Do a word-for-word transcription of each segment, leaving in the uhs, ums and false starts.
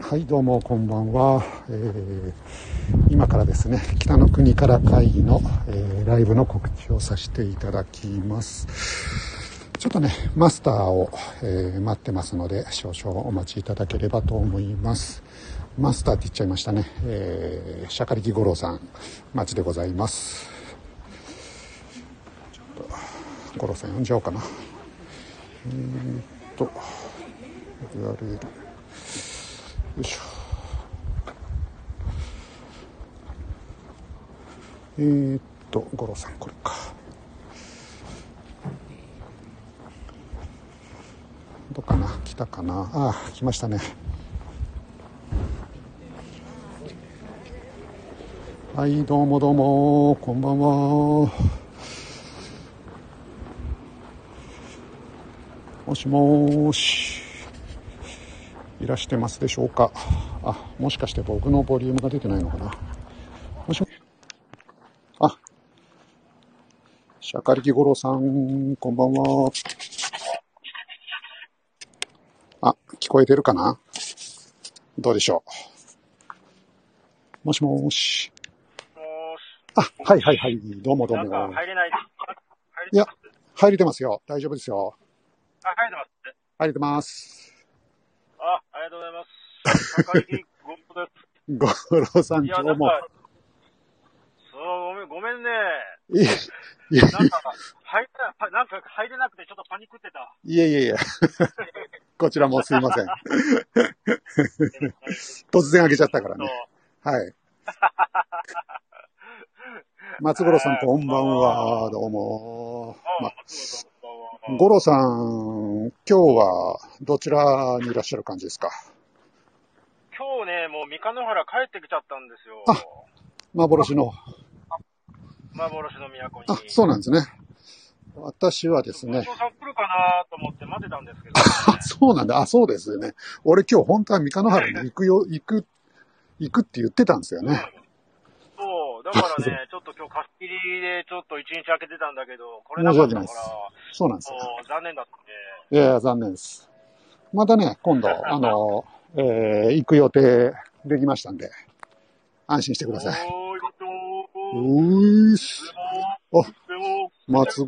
はい、どうもこんばんは、えー、今からですね、北の国から会議の、えー、ライブの告知をさせていただきます。ちょっとね、マスターを、えー、待ってますので、少々お待ちいただければと思います。マスターって言っちゃいましたね。えー、シャカリキ五郎さん、待ちでございます。ちょっと、五郎さん呼んじゃおうかな。えーっと、ユーアールエル、よいしょ。えーっと、五郎さん、これか。どうかな、来たかな。ああ、来ましたね。はい、どうもどうも、こんばんは。もしもーし。いらしてますでしょうか。あ、もしかして僕のボリュームが出てないのかな。もしもあ、シャカリキ五郎さん、こんばんは。あ、聞こえてるかな。どうでしょう。もしもーし。あ、はいはいはい、どうもどうも。 なんか入れないです。 いや、入れてますよ。大丈夫ですよ。 あ、入れてます。 入れてます。 あ、ありがとうございます。シャカリキゴロです。 五郎さん、 いや、 今日も。 なんか、そう、ごめん、ごめんね。 いえ、いえ、 なんか、入れな、なんか入れなくてちょっとパニックってた。 いえいえいえ。こちらもすいません。突然開けちゃったからね。はい。松五郎さん、こんばんは。どうも。ま、五郎さん、今日はどちらにいらっしゃる感じですか？ 今日ね、もう三日野原帰ってきちゃったんですよ。 あ、幻の。 幻の都に。 あ、そうなんですね。私はですね。 部長さん来るかなと思って待ってたんですけど、ね。 そうなんだ。あ、そうですよね。俺今日本当は三日野原に行くよ、行く、行くって言ってたんですよね。 うんそう、だからね、ちょっと今日貸し切りでちょっと一日空けてたんだけど、これなかったから、 そうなんですよ。 残念だったね。いやいや、残念です。またね、今度、あの、えー、行く予定できましたんで、安心してください。 おーい、 おーいす。あ、松、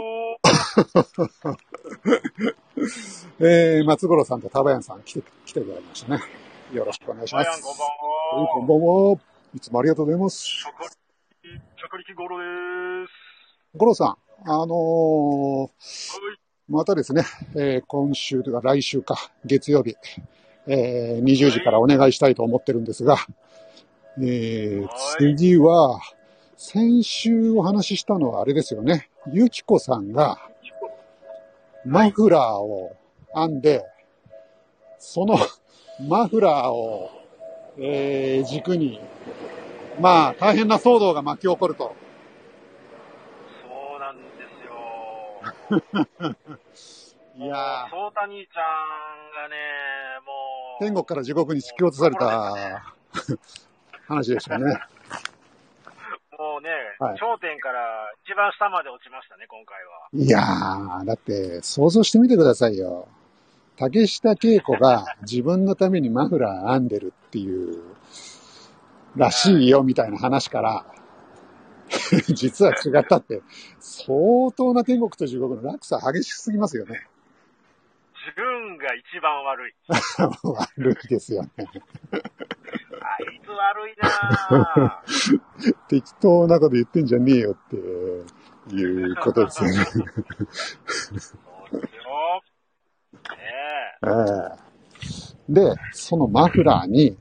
えー、松五郎さんと田林さん来て、来ていただきましたね。よろしくお願いします。 こんばんは。 こんばんは。いつもありがとうございます。 シャカリキゴロです。 五郎さん、あのーはい、またですね、えー、今週というか来週か、月曜日、えー、にじゅうじからお願いしたいと思ってるんですが、えー、次は、先週お話ししたのはあれですよね。ゆきこさんが、マフラーを編んで、そのマフラーを、えー、軸に、まあ、大変な騒動が巻き起こると。 そうなんですよ。いやー。そうた兄ちゃんがね、もう。天国から地獄に突き落とされた話でしたね。 もうね、はい、頂点から一番下まで落ちましたね、今回は。 いやー、だって想像してみてくださいよ。竹下恵子が自分のためにマフラー編んでるっていうらしいよみたいな話から実は違ったって相当な天国と地獄の落差激しすぎますよね。 自分が一番悪い。 悪いですよね。 あいつ悪いなぁ。 適当なこと言ってんじゃねえよっていうことですよね。そうですよ。ねえー、で、そのマフラーに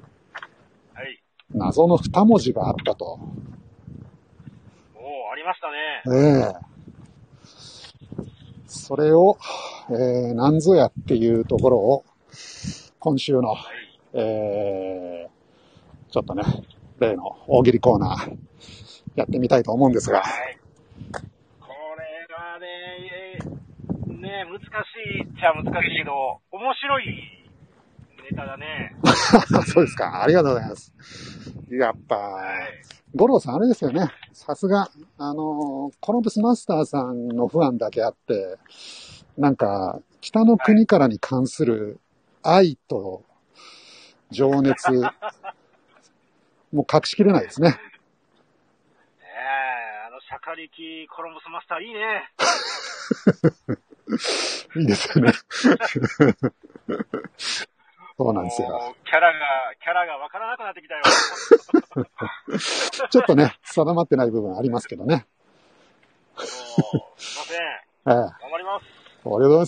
謎の二文字があったと。 おー、ありましたね。 ええー。それを、えー、なんぞやっていうところを、今週の、はい、えー、ちょっとね、例の大喜利コーナー、やってみたいと思うんですが。はい、 これがね、ね、難しいっちゃ難しいけど、面白いネタだね。 そうですか。ありがとうございます。やっぱ、はい、五郎さんあれですよね。さすが、あの、コロンブスマスターさんのファンだけあって、なんか、北の国からに関する愛と情熱、もう隠しきれないですね。 ねえ、あの、シャカリキコロンブスマスターいいね。 いいですよね。そうなんですよ。 キャラが、キャラがわからなくなってきたよ。 ちょっとね、定まってない部分ありますけどね。 すいません。 ええ、 頑張ります。 ありがとうございます。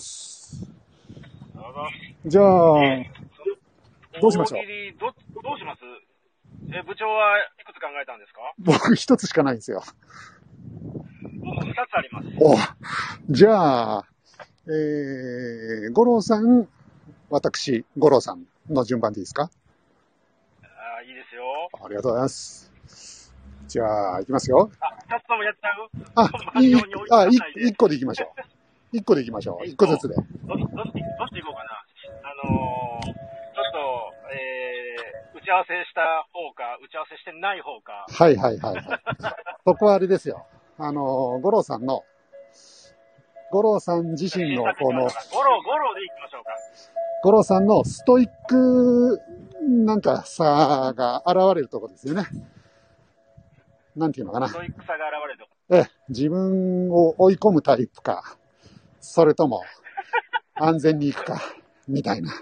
どうぞ。 じゃあ、どうしましょう。 大喜利、ど、どうします？え、部長はいくつ考えたんですか？ 僕一つしかないんですよ。 僕二つあります。 お、じゃあ、えー、五郎さん、私、五郎さんの順番でいいですか？ ああ、いいですよ。 ありがとうございます。じゃあ、いきますよ。 あ、二つともやっちゃう？ あ、いい、あ、い、一個でいきましょう。一個でいきましょう。一個ずつで。 ど、ど、どうして、どうしていこうかな。あのー、ちょっと、えー、打ち合わせした方か、打ち合わせしてない方か。 はいはいはい、はい。そこはあれですよ。あのー、五郎さんの、五郎さん自身のこの、 五郎、五郎でいきましょうか。 五郎さんのストイック、なんかさが現れるところですよね。なんていうのかな。 ストイックさが現れるところ。ええ、自分を追い込むタイプか、それとも安全に行くか、みたいな。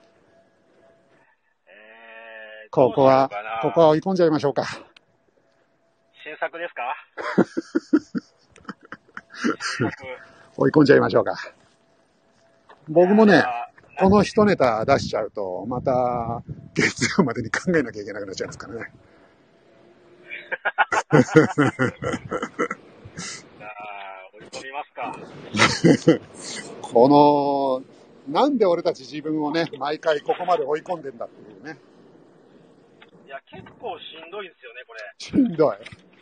えー、 ここは、ここは追い込んじゃいましょうか。 新作ですか？新作。 追い込んじゃいましょうか。僕もね、この一ネタ出しちゃうと、また月曜までに考えなきゃいけなくなっちゃいますからね。 じゃあ、追い込みますか。 この、なんで俺たち自分をね、毎回ここまで追い込んでんだっていうね。 いや、結構しんどいんですよね、これ。 しんどい。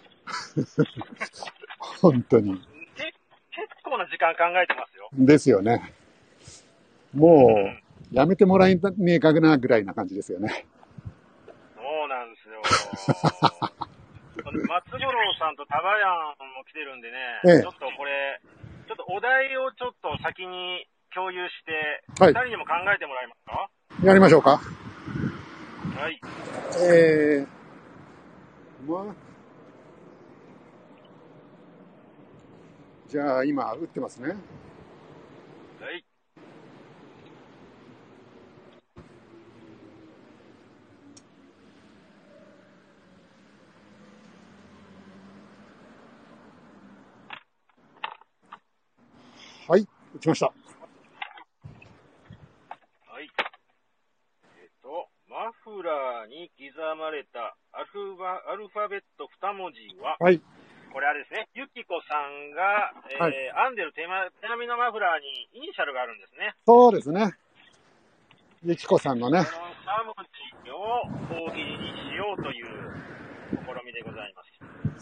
本当に。 け結構な時間考えてますよ。 ですよね。もう、うん、やめてもらえねえかなぐらいな感じですよね。 そうなんですよ。松五郎さんとタバヤンも来てるんでね、ええ、ちょっとこれ、ちょっとお題をちょっと先に共有して、はい、ふたりにも考えてもらえますか？ やりましょうか。 はい。 えー、まあ、じゃあ今打ってますね。 はい。 はい、打ちました。 はい。えっと、マフラーに刻まれたアルファ、アルファベットに文字は、 はい。 これあれですね、ゆきこさんが、えーはい、編んでる手編みのマフラーにイニシャルがあるんですね。 そうですね。ゆきこさんのね。 このさん文字を大喜利にしようという試みでございます。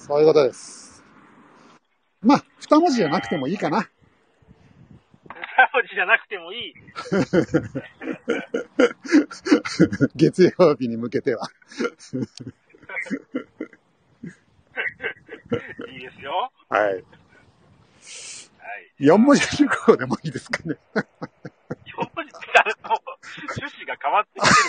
そういうことです。まあ、に文字じゃなくてもいいかな。 に文字じゃなくてもいい。 月曜日に向けては。 いいですよ。 はい。はい。よん文字熟語でもいいですかね。 よん文字ってあると趣旨が変わってきて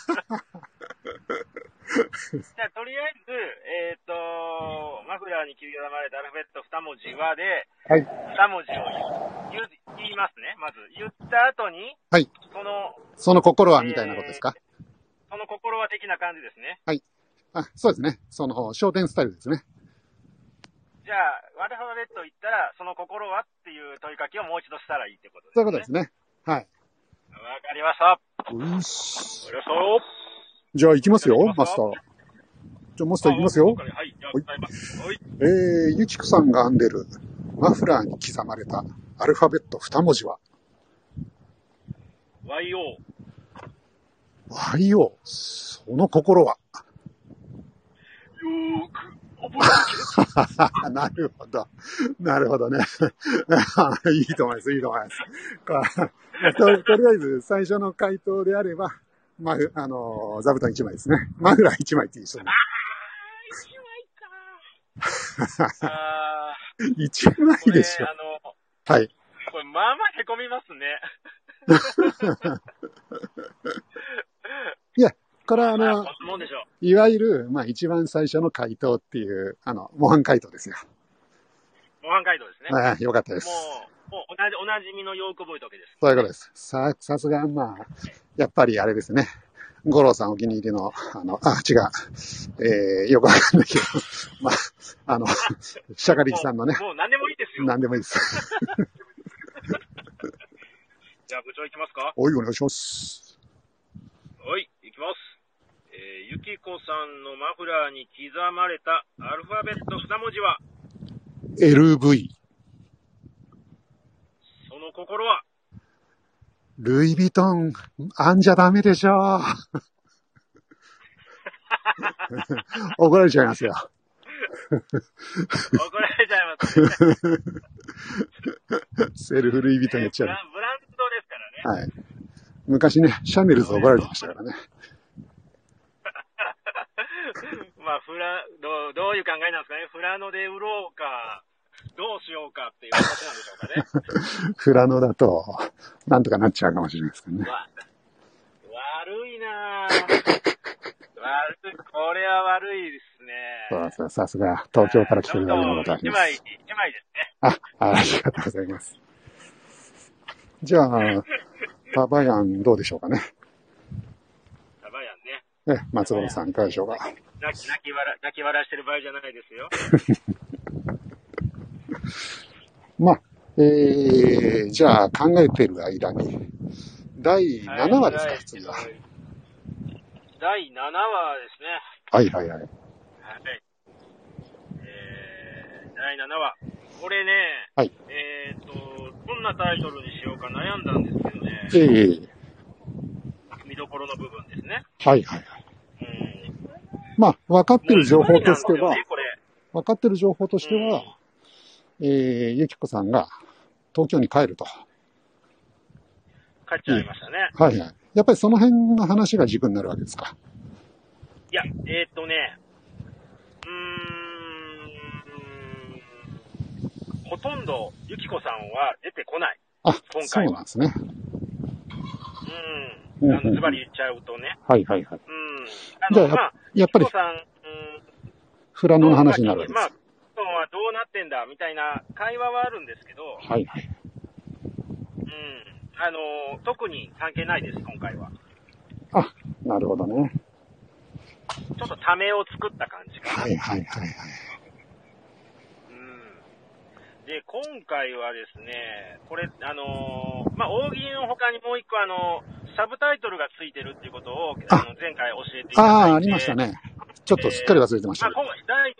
る。じゃあ、とりあえず、えっ、ー、と、マフラーに刻まれたアルファベットに文字はで、はい、に文字を言う言いますね。まず、言った後に、 はい。 その、 その心はみたいなことですか、えー、その心は的な感じですね。 はい。あ、そうですね。その、焦点スタイルですね。 じゃあ、アルファベット言ったら、その心はっていう問いかけをもう一度したらいいってことですね。 そういうことですね。はい。 わかりました。 よし。 ありがとう。 じゃあ行きますよ、マスター。じゃあマスター行きますよ。 はい。じゃあ答えます。はい。 えー、ゆちくさんが編んでるマフラーに刻まれたアルファベットに文字はワイオー。 ワイオー。その心はよーく覚えてなるほど。なるほどね。いいと思います。いいと思います。と, とりあえず、最初の回答であれば、まあ、あの、座布団いちまいですね。マフラーいちまいっていう人ね。 あー、いちまいか。あー。いちまいでしょ。 あの、 はい。 これ、まあまあへこみますね。 いや、 から、あの、 まあ、こんなもんでしょう。 いわゆる、まあ一番最初の回答っていう、あの、模範回答ですよ。 模範回答ですね。 ああ、よかったです。 もう、もうおなじ、おなじみのよく覚えたわけです。 そういうことです。さ、さすが、まあ、やっぱりあれですね。五郎さんお気に入りの、あの、あ、違う。えー、よくわかんないけど、まあ、あの、シャカリキさんのね。 もう、もう何でもいいですよ。 何でもいいです。 じゃあ部長行きますか？ おい、お願いします。 はい、行きます。えー、ゆきこさんのマフラーに刻まれたアルファベットに文字はエルブイ。 その心はルイ・ヴィトン、あんじゃダメでしょ。怒られちゃいますよ。 怒られちゃいますね。 セルフルイ・ヴィトン言っちゃう。 ブラン、ブランドですからね。 はい。昔ね、シャネルズ怒られてましたからね。 まあ、フラ、どう、どういう考えなんですかね。フラノで売ろうか、どうしようかっていう話なんでしょうかね。 フラノだと、なんとかなっちゃうかもしれないですけどね。 わ悪いなぁ。悪い、これは悪いですね。 そうそう、さすが、東京から来てるだけのことあります。 一枚、一枚ですね。 あ、ありがとうございます。じゃあ、タバヤンどうでしょうかね。 タバヤンね。 え、松原さんいかがでしょうか。 泣き、泣き笑、泣き笑してる場合じゃないですよ。 まあ、えー、じゃあ考えている間に、だいななわですか、次は。 だいななわですね。 はいはいはい。はい。 えー、だいななわ。これね、 はい。 えっと、どんなタイトルにしようか悩んだんですけどね。 ええー。 見どころの部分ですね。 はいはいはい。 うん、 まあ、分かってる情報としては、 ね、 分かってる情報としては、うん、えー、ゆきこさんが東京に帰ると。 帰っちゃいましたね。 はいはい。やっぱりその辺の話が軸になるわけですか。 いや、えー、っとね、うーん、ほとんどゆきこさんは出てこない。 あ、 今回は。 そうなんですね。 うん。あの、ズバリ言っちゃうとね。 はいはいはい。 うん。あの、 じゃあや、 まあ、 やっぱり、 ゆきこさん、うん、 フラノの話になるわけです。 まあ、まあ、はどうなってんだみたいな会話はあるんですけど、 はいはい。 うん。あの、特に関係ないです、今回は。 あ、なるほどね。 ちょっとためを作った感じかな。 はいはいはいはい。 うん。で、今回はですね、これ、あのー、まあ、大喜利の他にもう一個あの、サブタイトルがついてるっていうことを、あの、前回教えていただいて。 ああ、ありましたね。ちょっとすっかり忘れてましたけど。 えー、まあ、今回、第、うん、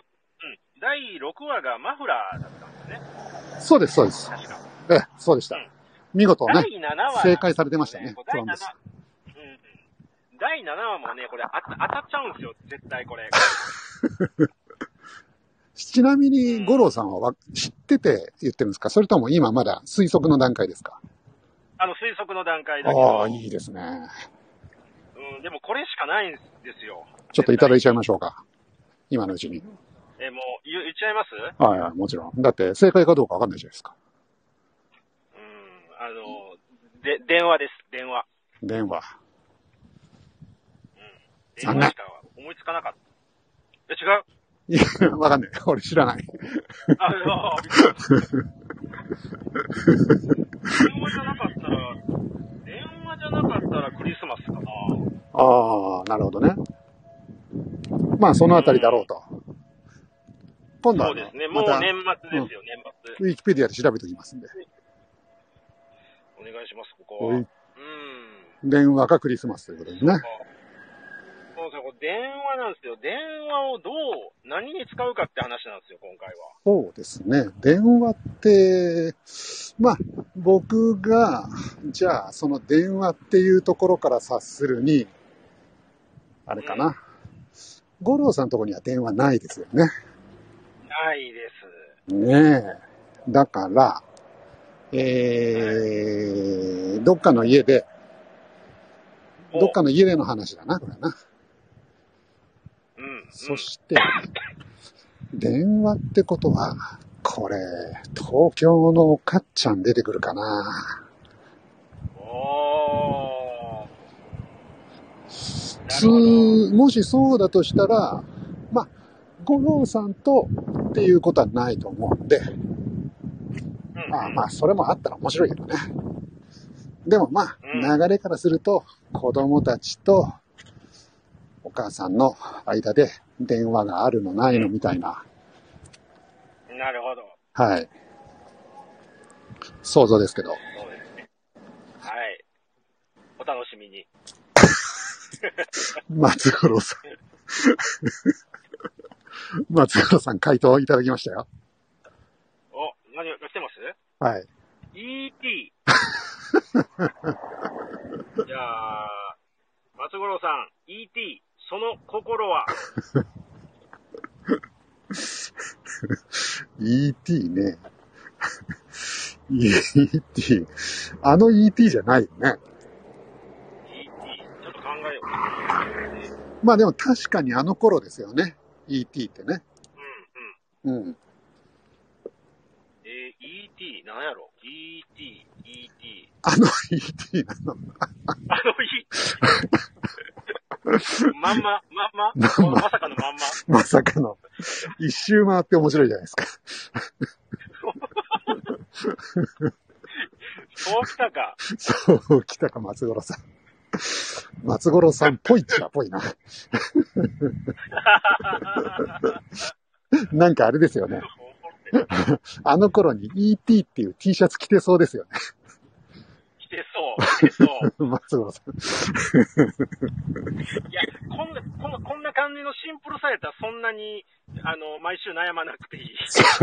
だいろくわがマフラーだったんですね。 そうです、そうです。 確か。 ええ、そうでした。うん、見事ね、 だいななわ、 正解されてましたね。 だいなな、うん。だいななわもね、これあ当たっちゃうんですよ、絶対これ。 ちなみに、五郎さんは知ってて言ってるんですか？それとも今まだ推測の段階ですか？ あの、推測の段階だけど。 ああ、いいですね。 うん、でもこれしかないんですよ。 ちょっといただいちゃいましょうか。今のうちに。 え、もう言、言っちゃいます？ はいはい、もちろん。だって正解かどうかわかんないじゃないですか。 うん、あの、で、電話です、電話。 電話。 うん。電話しか思いつかなかった。え、違う？ いや、わかんない。俺知らない。 あの、びっくりした。電話じゃなかったら、電話じゃなかったらクリスマスかな。 ああ、なるほどね。まあ、そのあたりだろうと。うん、今度は、 そうですね。もう年末ですよ、うん、年末。 ウィキペディアで調べておきますんで。 お願いします、ここは。うん。 電話かクリスマスということですね。 そうそう、電話なんですよ。電話をどう、何に使うかって話なんですよ、今回は。 そうですね。電話って、まあ、僕が、じゃあ、その電話っていうところから察するに、あれかな。うん、五郎さんのところには電話ないですよね。 ないです。 ねえ。だから、えー、はい、どっかの家で、どっかの家での話だな、これな。 うん。 そして、電話ってことは、これ、東京のおかっちゃん出てくるかな。 おー。 す、もしそうだとしたら、まあ、五郎さんとっていうことはないと思うんで、うん、まあまあ、それもあったら面白いけどね。でもまあ、流れからすると、子供たちとお母さんの間で電話があるのないのみたいな。 なるほど。 はい。想像ですけど。 そうですね。はい。お楽しみに。 松五郎さん。松五郎さん回答いただきましたよ。 お、何が来てます？ はい。 イーティー。じゃあ、松五郎さん、イーティー、その心はイーティー ね。イーティー。あの イーティー じゃないよね。 イーティー、ちょっと考えよう。まあでも確かにあの頃ですよね。イーティー ってね。うんうん。うん。 えー、イーティー、なんやろ ?イーティー、イーティー。 あの イーティー なの。 あの イーティー。まんま、まんま、まんま、まさかのまんま。 まさかの。一周回って面白いじゃないですか。 そうきたか。 そうきたか、松五郎さん。松五郎さんっぽいっちゃっぽいな。なんかあれですよね。あの頃に イーティー っていう T シャツ着てそうですよね。 着てそう、着てそう。 松五郎さん。 いや、こんな、こんな、こんな感じのシンプルさやったらそんなに、あの、毎週悩まなくていい。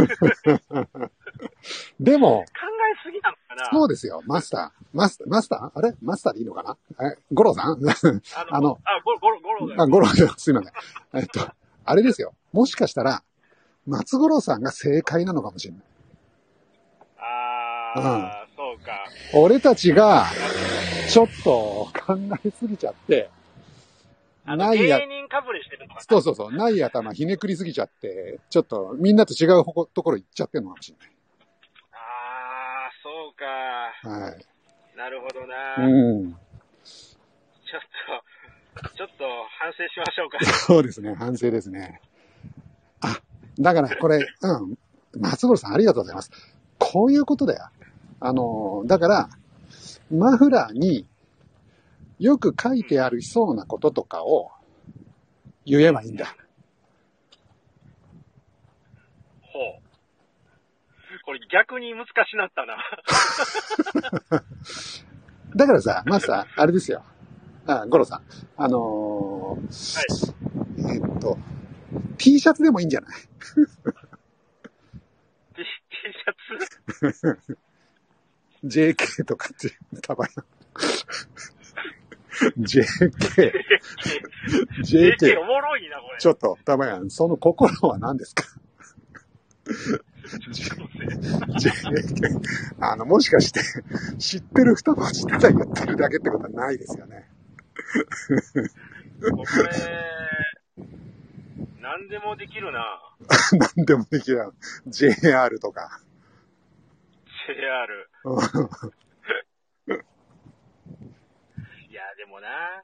でも、 考えすぎなのかな。 そうですよ、マスター。マスター、マスターあれマスターでいいのかなえ、五郎さんあの、 あの、あ、ゴロ、ゴロ、ゴロだよ。 あ、五郎すいません。えっと、あれですよ。もしかしたら、松五郎さんが正解なのかもしれない。 ああ、うん、そうか。 俺たちが、ちょっと考えすぎちゃって、 ないや、芸人かぶれしてるのかな。 そうそうそう、ない頭ひねくりすぎちゃって、ちょっとみんなと違うところ行っちゃってるのかもしれない。 ああ、そうか。 はい。 なるほどな。 うん。 ちょっと、ちょっと反省しましょうか。 そうですね、反省ですね。あ、だからこれ、うん、松五郎さんありがとうございます。こういうことだよ。あの、だから、マフラーによく書いてあるそうなこととかを言えばいいんだ。 ほう。これ逆に難しなったな。 だからさ、まずさ、あれですよ。あ、ゴロさん。あのー、はい、えー、っと、T シャツでもいいんじゃない？ T シャツジェーケー とかって、たばや。ジェーケー。 ジェーケー おもろいな、これ。 ちょっと、たばやん、その心は何ですか？ジェーケー。あの、もしかして、知ってる二文字ただ言ってるだけってことはないですよね。 これ、何でもできるな。 何でもできる。ジェーアール とか。 ジェーアール。いや、でもな。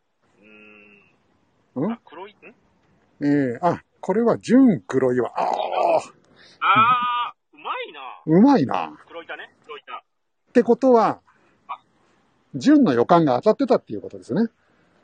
うーん。んあ、黒いんええー、あ、これは純黒いわ。ああ。 ああ、うまいな。 うまいな。 黒板ね。黒板。 ってことは、純の予感が当たってたっていうことですね。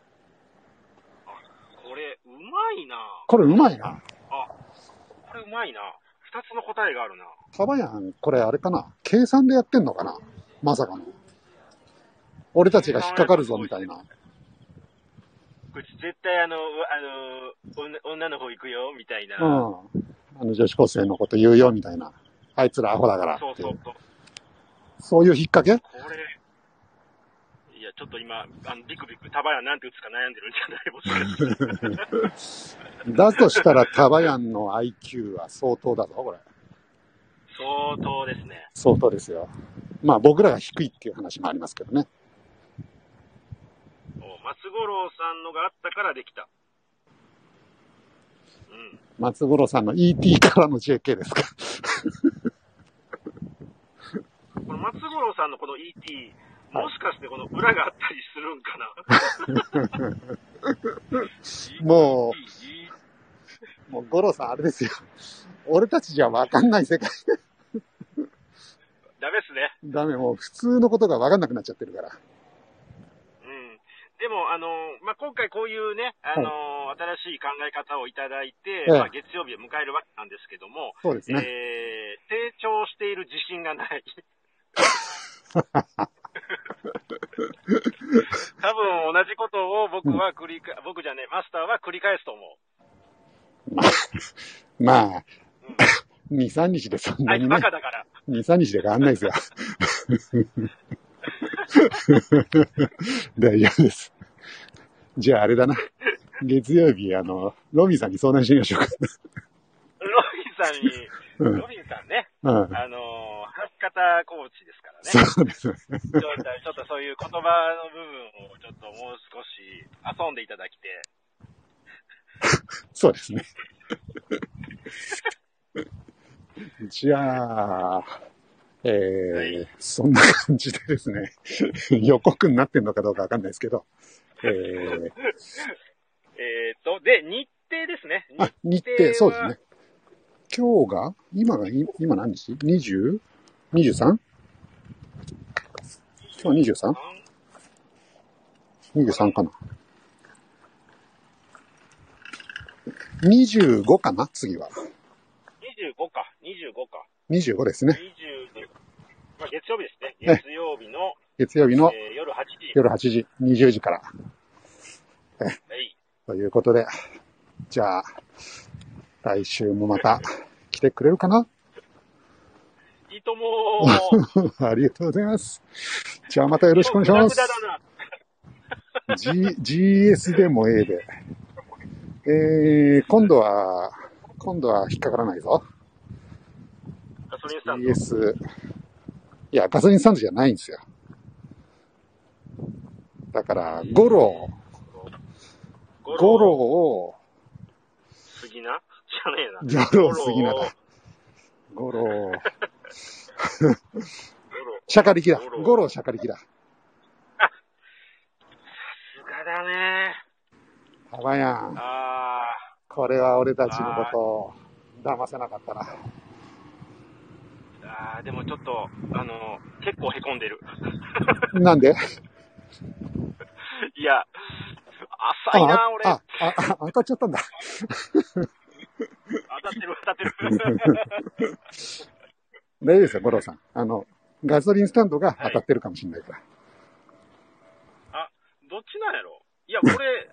これ、うまいな。 これうまいな。 あ、これうまいな。二つの答えがあるな。 たばやん、これあれかな？計算でやってんのかな？まさかの。俺たちが引っかかるぞみたいな。 これ絶対あの、あの、女の方行くよみたいな。 うん。あの女子高生のこと言うよみたいな。あいつらアホだからっていう。そうそうそう。そういう引っ掛け？ これ、いや、ちょっと今、あの、ビクビク、タバヤンなんて打つか悩んでるんじゃないもしかして。 だとしたら、タバヤンの アイキュー は相当だぞ、これ。 相当ですね。 相当ですよ。まあ、僕らが低いっていう話もありますけどね。 松五郎さんのがあったからできた。うん。 松五郎さんの イーティー からの ジェーケー ですか。 この松五郎さんのこの イーティー、もしかしてこの裏があったりするんかな。 もう、もう五郎さんあれですよ。俺たちじゃわかんない世界。 ダメっすね。 ダメ、もう普通のことがわかんなくなっちゃってるから。 うん。でも、あの、まあ、今回こういうね、あの、はい、新しい考え方をいただいて、ええ、まあ、月曜日を迎えるわけなんですけども、 そうですね。 えー、成長している自信がない。多分同じことを僕は繰り返、うん、僕じゃね、マスターは繰り返すと思う。 まあ、まあ、うん、に、さんにちでそんなにね。 バカだから。 に、さんにちで変わんないですよ。大丈夫です。じゃああれだな。月曜日、あの、ロビンさんに相談してみましょうか。 ロビンさんに、うん、ロビンさんね、うん、あの、話し方コーチですからね。 そうですね。 ちょっとそういう言葉の部分をちょっともう少し遊んでいただきて。 そうですね。じゃあ、えーはい、そんな感じでですね、予告になってんのかどうかわかんないですけど、えー、 えっと、で、日程ですね。 あ、日程、そうですね。今日が、今が、今何日 ?にじゅう? にじゅうさん? 今日は にじゅうさん? にじゅうさんかな。にじゅうごかな次は。 にじゅうごか。にじゅうごか。 にじゅうごですね。 にじゅうご。まあ、月曜日ですね。月曜日の。 月曜日の、 えー、夜はちじ。 夜はちじ、にじゅうじから。え、はい。ということで、じゃあ、来週もまた来てくれるかないいともー。ありがとうございます。じゃあまたよろしくお願いします。G、ジーエス でも A で。えー、今度は、今度は引っかからないぞ。 ガソリンスタンドジーエス、いや、ガソリンスタンドじゃないんですよ。だから、ゴロー、ゴローを、 杉菜じゃねえな。 ゴロー杉菜だ。ゴロー。シャカリキだ。ゴローシャカリキだ。 あ、さすがだね。 たまやん。 あこれは俺たちのことを騙せなかったな。 ああ、でもちょっと、あの、結構凹んでる。 なんでいや、浅いな、 あ俺。 あ、あ、あ、当たっちゃったんだ。 当たってる、当たってる。 大丈夫ですよ、五郎さん。あの、ガソリンスタンドが当たってるかもしれないから。はい、 あ、どっちなんやろいや、これ、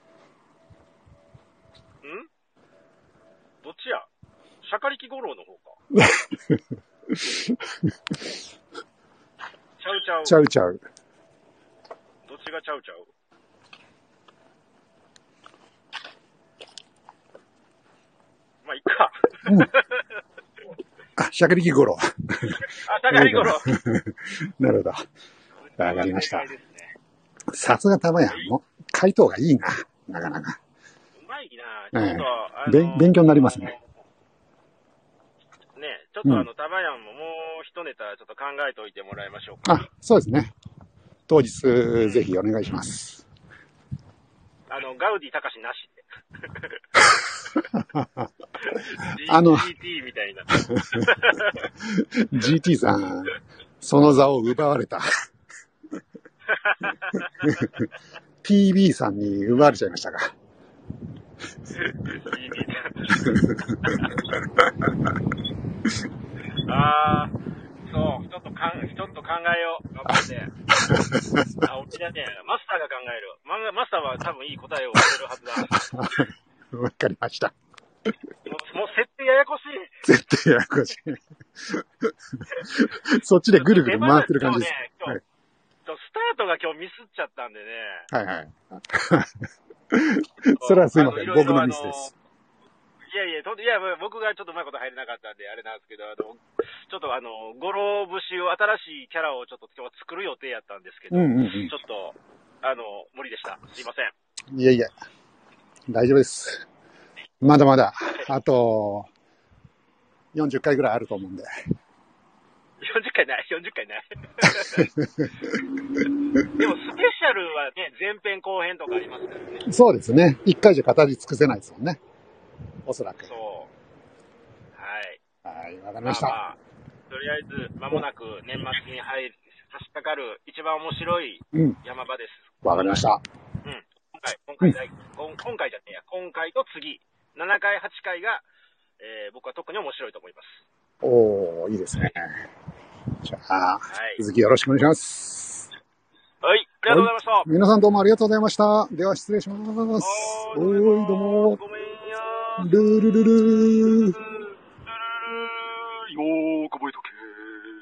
んどっちやシャカリキ五郎の方か。ちゃうちゃう。 ちゃうちゃう。 どっちがちゃうちゃうまあ、いっか。うん、 あ、シャカリキ五郎。 あ、シャカリキ五郎。 なるほど。わかりました。さすがたまやん。もう、回答がいいな。なかなか。 うまいな。ちょっと、 えー、あのー、勉強になりますね。 ね、ちょっとあの、たまやんももう一ネタちょっと考えておいてもらいましょうか。 あ、そうですね。当日、ぜひお願いします。 あの、ガウディ高しなしで。 あの、 ジーティー みたいな。 ジーティー さん、その座を奪われた。ティービー さんに奪われちゃいましたか。 ああ、そう、ちょっとかん、ちょっと考えよう。頑張って。あ、おっちだね。マスターが考える。マ、マスターは多分いい答えをくれるはずだ。わかりました。 もう、もう設定ややこしい。 設定ややこしい。そっちでぐるぐる回ってる感じです。 今日ね、今日、はい、スタートが今日ミスっちゃったんでね。 はいはい。それはすいません。僕のミスです。 いやいや、といや、僕がちょっとうまいこと入れなかったんで、あれなんですけど、あの、ちょっとあの、五郎節を、新しいキャラをちょっと今日は作る予定やったんですけど、うんうんうん、ちょっと、あの、無理でした。すいません。 いやいや、大丈夫です。まだまだ、あと、よんじゅっかいぐらいあると思うんで。 よよんじゅっかいない、よんじゅっかいない。でも、スペシャルはね、前編後編とかありますからね。 そうですね。一回じゃ語り尽くせないですもんね。おそらく。 そう。はい。 はい、わかりました。 まあまあ、とりあえず、間もなく年末に入る、差し掛かる一番面白い山場です。 わ、うん、かりました。 うん。今回、今回、うん、今回じゃねえや、今回と次、ななかい、はちかいが、えー、僕は特に面白いと思います。 おー、いいですね。じゃあ、はい、続きよろしくお願いします。 はい、ありがとうございました。はい、 皆さんどうもありがとうございました。では失礼します。おーい、どうも。 ごめんやルールルルー。 よーく覚えとけ。